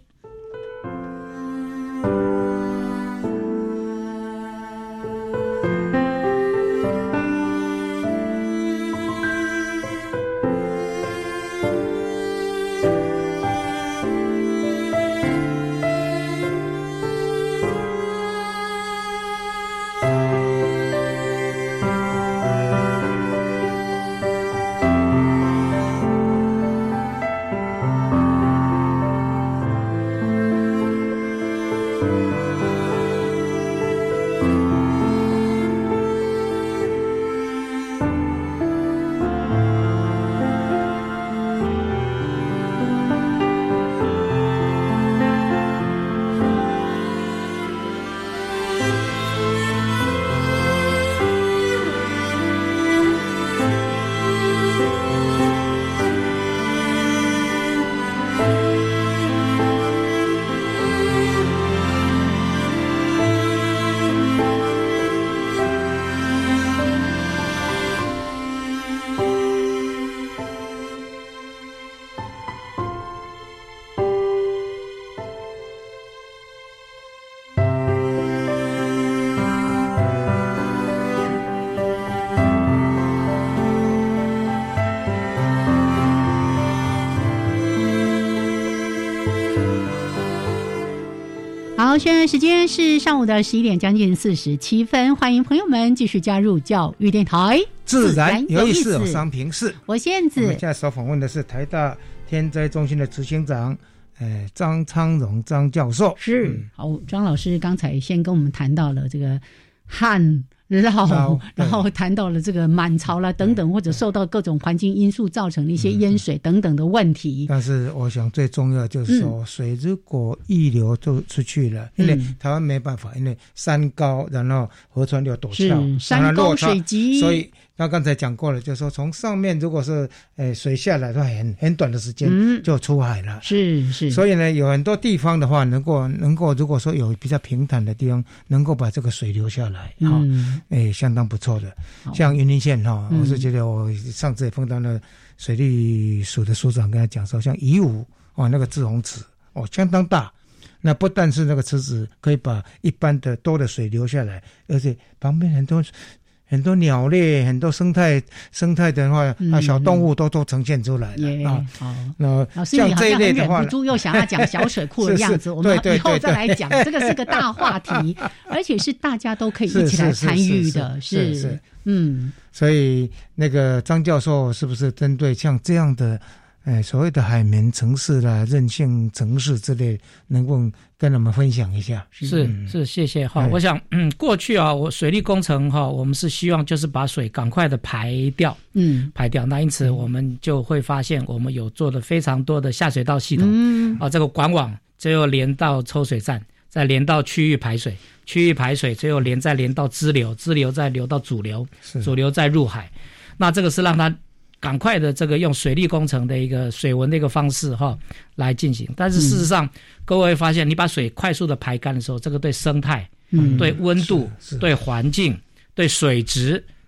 现在时间是上午的11点将近47分，欢迎朋友们继续加入教育电台， 自然有意思，商评室， 我燕子。 我们现在所访问的是台大天灾中心的执行长张昌荣张教授。 是，好，张老师刚才先跟我们谈到了这个旱涝，然后谈到了这个满潮啦等等，或者受到各种环境因素造成的一些淹水等等的问题。 但是我想最重要就是说，水如果溢流就出去了，因为台湾没办法，因为山高，然后河川又陡峭， 山高水急， 所以他刚才讲过了，就是说从上面如果是水下来的话，很短的时间就出海了。 是。 所以呢，有很多地方的话，能够如果说有比较平坦的地方，能够把这个水流下来，相当不错的。像云林县我是觉得我上次也碰到了水利署的署长跟他讲说，像宜武那个滞洪池相当大。那不但是那个池子可以把一般的多的水流下来，而且旁边很多鸟类，很多生态的话，小动物都呈现出来了老师你好像很忍不住又想要讲小水库的样子，我们以后再来讲，这个是个大话题，而且是大家都可以一起来参与的，是。 所以那个张教授是不是针对像这样的所谓的海绵城市啦、韧性城市之类，能够跟我们分享一下？ 是，谢谢哈。我想，过去我水利工程我们是希望就是把水赶快的排掉，那因此我们就会发现，我们有做了非常多的下水道系统，这个管网最后连到抽水站，再连到区域排水，最后再连到支流再流到主流再入海，那这个是让它赶快的这个用水利工程的一个水文的一个方式来进行。但是事实上各位会发现，你把水快速的排干的时候，这个对生态对温度对环境对水质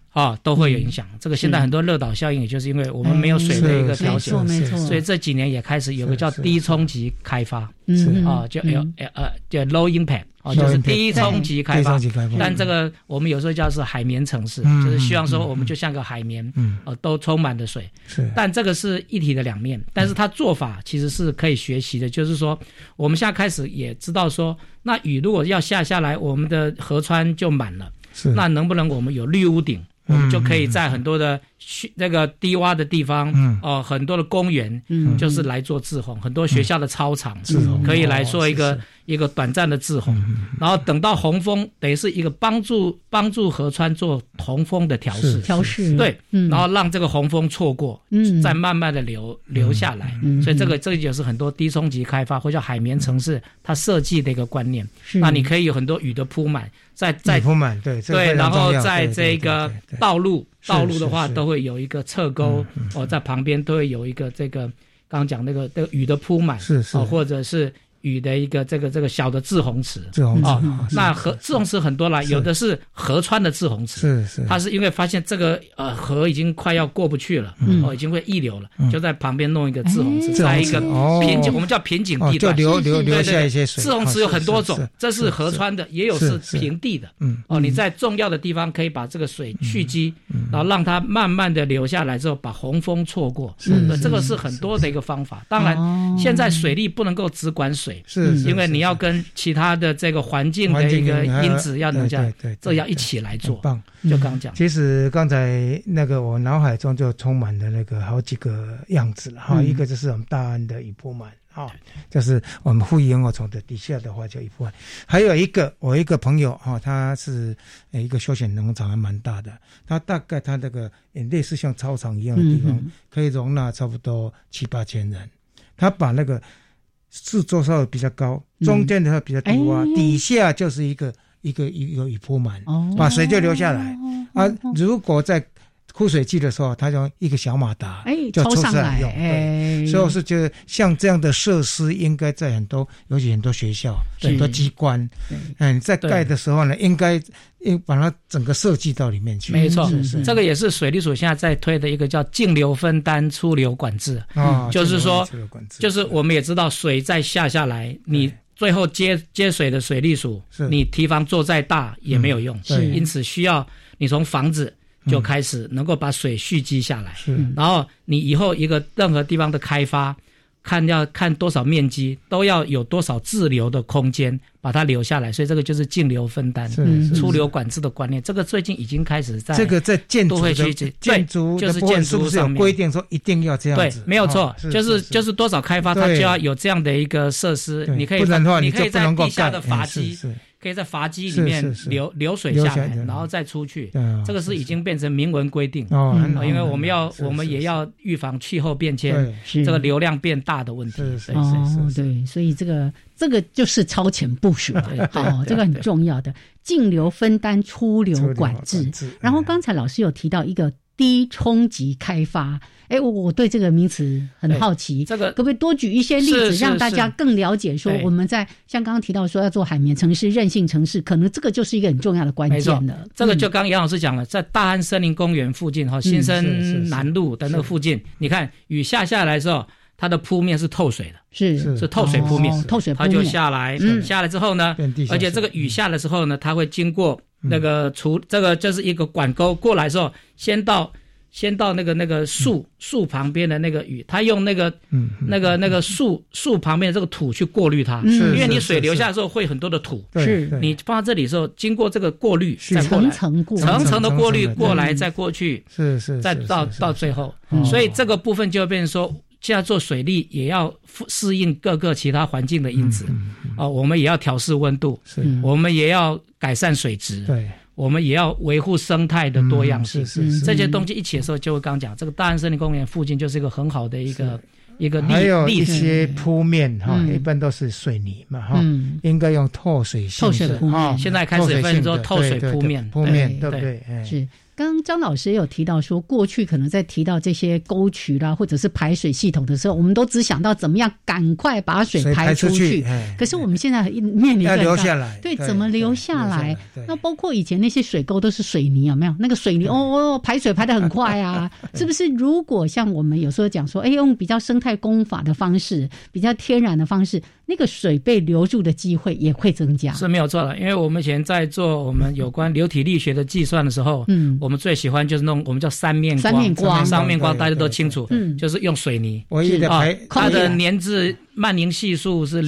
都会有影响。这个现在很多热岛效应，也就是因为我们没有水的一个调节， 没错， 所以这几年也开始有个叫低冲击开发，就 low impact，就是低冲击开发。但这个我们有时候叫是海绵城市，就是希望说我们就像个海绵，都充满了水。但这个是一体的两面，但是它做法其实是可以学习的，就是说我们现在开始也知道说，那雨如果要下来，我们的河川就满了，那能不能我们有绿屋顶？我们就可以在很多的那个低洼的地方，很多的公园，就是来做滞洪，很多学校的操场，可以来做一个短暂的滞洪，然后等到洪峰，等于是一个帮助河川做洪峰的调试，对，然后让这个洪峰错过，再慢慢的流下来，所以这就是很多低冲击开发或叫海绵城市它设计的一个观念。那你可以有很多雨的铺满，在铺满，对， 然后在这个道路的话都会有一个侧沟，在旁边都会有一个这个刚刚讲那个雨的铺满，或者是雨的一个这个小的滞洪池，那滞洪池很多啦，有的是河川的滞洪池，它是因为发现这个河已经快要过不去了，已经会溢流了，就在旁边弄一个滞洪池，在一个瓶颈，我们叫瓶颈地段， 就留下一些水。 滞洪池有很多种，这是河川的，也有是平地的，你在重要的地方可以把这个水蓄积，然后让它慢慢的流下来之后，把洪峰错过，这个是很多的一个方法。当然，现在水利不能够只管水。因为你要跟其他的这个环境的一个因子要能这样，这要一起来做。棒，就刚刚讲。 其实刚才那个我脑海中就充满了那个好几个样子了哈，一个就是我们大安的雨铺满。就是我们护萤火虫的底下的话叫雨铺满。还有我一个朋友他是一个休闲农场还蛮大的，他大概他那个类似像操场一样的地方，可以容纳差不多7-8千人。他把那个四周稍微比较高，中间的比较低洼，底下就是一个雨铺满，把水就流下来。如果在枯水季的时候，它就一个小马达就抽上来用。所以我是觉得像这样的设施应该在尤其很多学校、很多机关，在盖的时候呢，应该把它整个设计到里面去。 没错，这个也是水利署现在在推的一个叫径流分担、出流管制。就是说，就是我们也知道水再下来，你最后接水的水利署，你堤防做再大也没有用，因此需要你从房子就开始能够把水蓄积下来，然后你以后一个任何地方的开发，要看多少面积，都要有多少滞留的空间，把它留下来。所以这个就是径流分担、出流管制的观念。这个最近已经开始这个在建筑的部分是不是有规定说一定要这样子？ 对，没有错，就是多少开发，它就要有这样的一个设施。你可以， 不然的话你可以在地下的阀机。可以在阀机里面流水下来，然后再出去。这个是已经变成明文规定，因为我们也要预防气候变迁，这个流量变大的问题。 对，所以这个就是超前部署，这个很重要的径流分担、出流管制。然后刚才老师有提到一个低冲击开发。我对这个名词很好奇，这个可不可以多举一些例子，让大家更了解说我们在像刚刚提到说要做海绵城市、韧性城市，可能这个就是一个很重要的关键了。 这个就刚杨老师讲了，在大安森林公园附近新生南路的那个附近，你看雨下来的时候，它的铺面是透水的，是透水铺面，它就下来之后呢，而且这个雨下的时候呢，它会经过那个这个就是一个管沟过来的时候，先到那个树旁边的那个雨，他用那个树旁边的这个土去过滤它，因为你水流下的时候会很多的土，你放在这里的时候，经过这个过滤，再过来层的过滤过来，再过去，再到最后，所以这个部分就变成说，现在做水利也要适应各个其他环境的因子，我们也要调适温度，我们也要改善水质，对。我们也要维护生态的多样性，这些东西一起的时候，就会刚刚讲，这个大安森林公园附近就是一个很好的一个还有一些铺面一般都是水泥嘛应该用透水性的铺面。 现在开始分说透水铺面， 对不对？ 是。刚刚张老师也有提到说，过去可能在提到这些沟渠啦，或者是排水系统的时候，我们都只想到怎么样赶快把水排出去。可是我们现在面临要留下来， 对，怎么留下来？那包括以前那些水沟都是水泥，有没有？那个水泥排水排得很快啊，是不是？如果像我们有时候讲说，用比较生态工法的方式，比较天然的方式，那个水被留住的机会也会增加。 是没有错的，因为我们以前在做我们有关流体力学的计算的时候，我们最喜欢就是弄我们叫三面光，大家都清楚，就是用水泥，它的粘滞曼宁系数是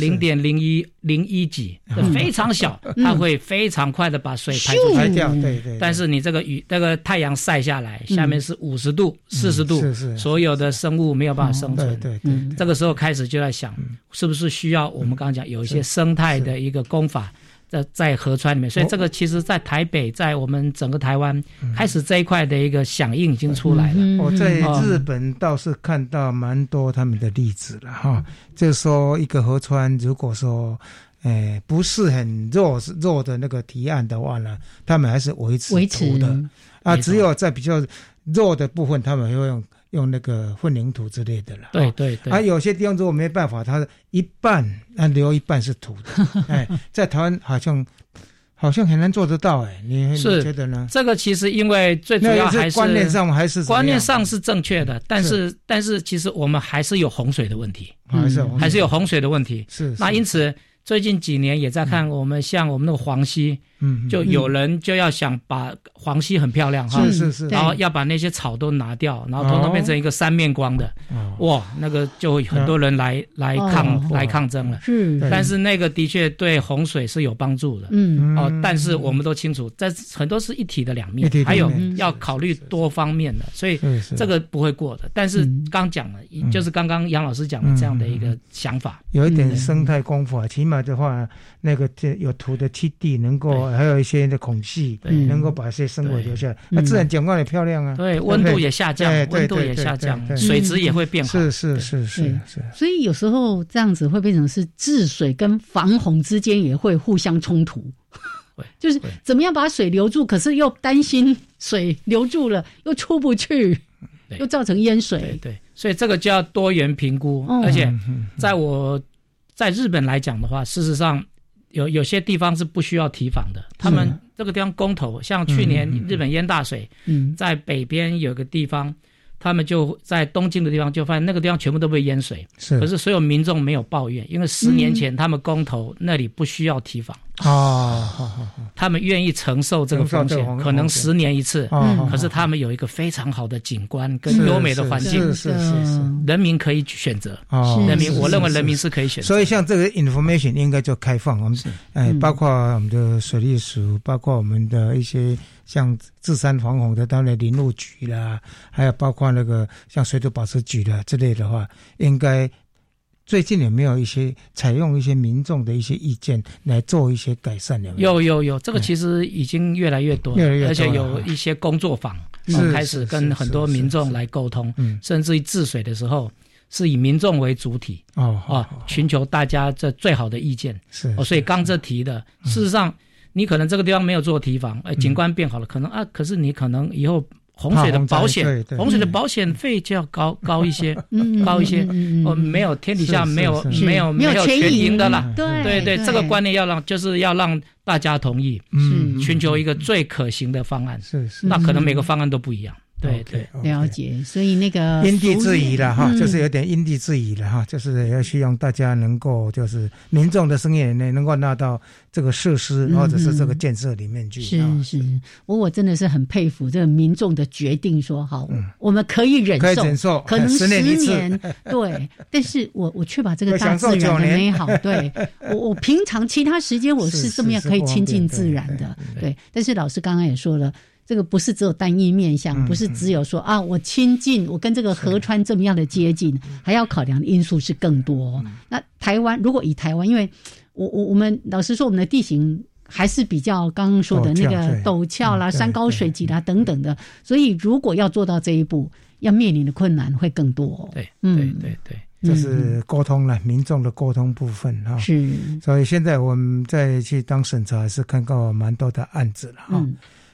0.01几，非常小，它会非常快的把水排出去。对。但是你这个太阳晒下来，下面是50度、40度，所有的生物没有办法生存。对。这个时候开始就在想，是不是需要我们刚刚讲有一些生态的一个工法。在河川里面，所以这个其实在台北，在我们整个台湾开始这一块的一个响应已经出来了。 我在日本倒是看到蛮多他们的例子了哈，就是说一个河川如果说不是很弱的那个堤岸的话呢，他们还是维持土的只有在比较弱的部分他们会用那个混凝土之类的了。 对。 有些地方如果没办法，它一半留一半是土的。在台湾好像很难做得到。你觉得呢？ 这个其实因为最主要还是观念上是正确的，但是其实我们还是有洪水的问题，还是有洪水的问题。是。那因此最近几年也在看我们像我们那个黄溪。就有人就要想把黄溪很漂亮哈，是，然后要把那些草都拿掉，然后统统变成一个三面光的，哇，那个就很多人来抗争了。是，但是那个的确对洪水是有帮助的。但是我们都清楚，在很多是一体的两面，还有要考虑多方面的，所以这个不会过的。但是刚讲了，就是刚刚杨老师讲的这样的一个想法， 有一点生态工法，起码的话，那个有土的栖地能够。还有一些的孔隙，能够把一些生物留下来，那自然景观也漂亮啊。 对，温度也下降，水质也会变好。 是。 所以有时候这样子会变成是治水跟防洪之间也会互相冲突。就是怎么样把水留住，可是又担心水留住了又出不去，又造成淹水。 对，所以这个就要多元评估。而且在日本来讲的话，事实上。有些地方是不需要堤防的，他们这个地方公投，像去年日本淹大水，在北边有个地方，他们就在东京的地方就发现那个地方全部都被淹水，可是所有民众没有抱怨，因为10年前他们公投那里不需要堤防。他们愿意承受这个风险，可能10年一次，可是他们有一个非常好的景观跟优美的环境，是，人民可以选择，我认为人民是可以选择。 所以像这个 information 应该就开放，我们包括我们的水利署，包括我们的一些像治山防洪的当然林务局啦，还有包括那个像水土保持局啦之类的话，应该。最近有没有一些采用一些民众的一些意见来做一些改善？ 有，这个其实已经越来越多，而且有一些工作坊开始跟很多民众来沟通，甚至于治水的时候是以民众为主体寻求大家这最好的意见。所以刚这提的，事实上你可能这个地方没有做堤防，景观变好了，可是你可能以后。洪水的保险费就要高一些，没有天底下没有全赢的啦。对，这个观念要让大家同意，寻求一个最可行的方案。是，那可能每个方案都不一样。对， 了解。所以那个因地制宜了哈，就是有点因地制宜了哈，就是要希望大家能够就是民众的声音能够纳到这个设施或者是这个建设里面去。 是，我真的是很佩服这个民众的决定，说好，我们可以忍受，可能10年，对，但是我却把这个大自然的美好，对，我平常其他时间我是这么样可以亲近自然的，对。但是老师刚刚也说了。这个不是只有单一面向，不是只有说我亲近，我跟这个河川这么样的接近，还要考量的因素是更多。那台湾如果以台湾，因为我们老实说，我们的地形还是比较刚刚说的那个陡峭啦、山高水急啦等等的，所以如果要做到这一步，要面临的困难会更多。 对。 这是沟通了，民众的沟通部分哈。是，所以现在我们再去当审查，是看到蛮多的案子了哈。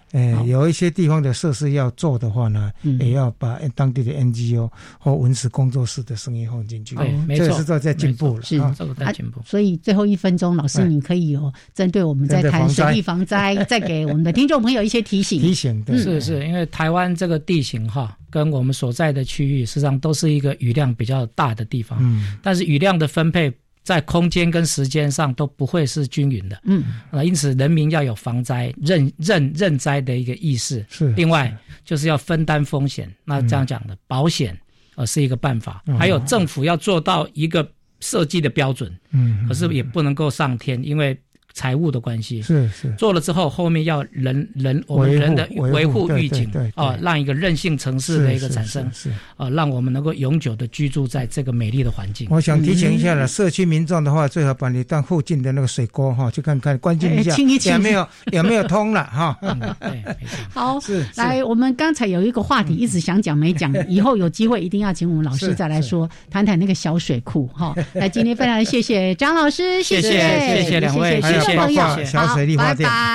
有一些地方的设施要做的话呢，也要把当地的 NGO 或文史工作室的声音放进去。 没错， 这个是在进步了， 是这个在进步。 所以最后1分钟，老师你可以针对我们在谈水利防灾，再给我们的听众朋友一些提醒。 对， 是因为台湾这个地形跟我们所在的区域，实际上都是一个雨量比较大的地方。但是雨量的分配在空间跟时间上都不会是均匀的。因此人民要有防灾认灾的一个意识。另外就是要分担风险。那这样讲的保险是一个办法。还有政府要做到一个设计的标准。可是也不能够上天，因为财务的关系， 是做了之后，后面要我们人的维护预警让一个韧性城市的一个产生，让我们能够永久的居住在这个美丽的环境。 我想提醒一下了，社区民众的话，最好把你当附近的那个水沟去看看，关心一下有没有通了好，来，我们刚才有一个话题一直想讲没讲，以后有机会一定要请我们老师再来说，谈谈那个小水库来，今天非常谢谢张老师，谢谢两位。 听众朋友， 小水利发电。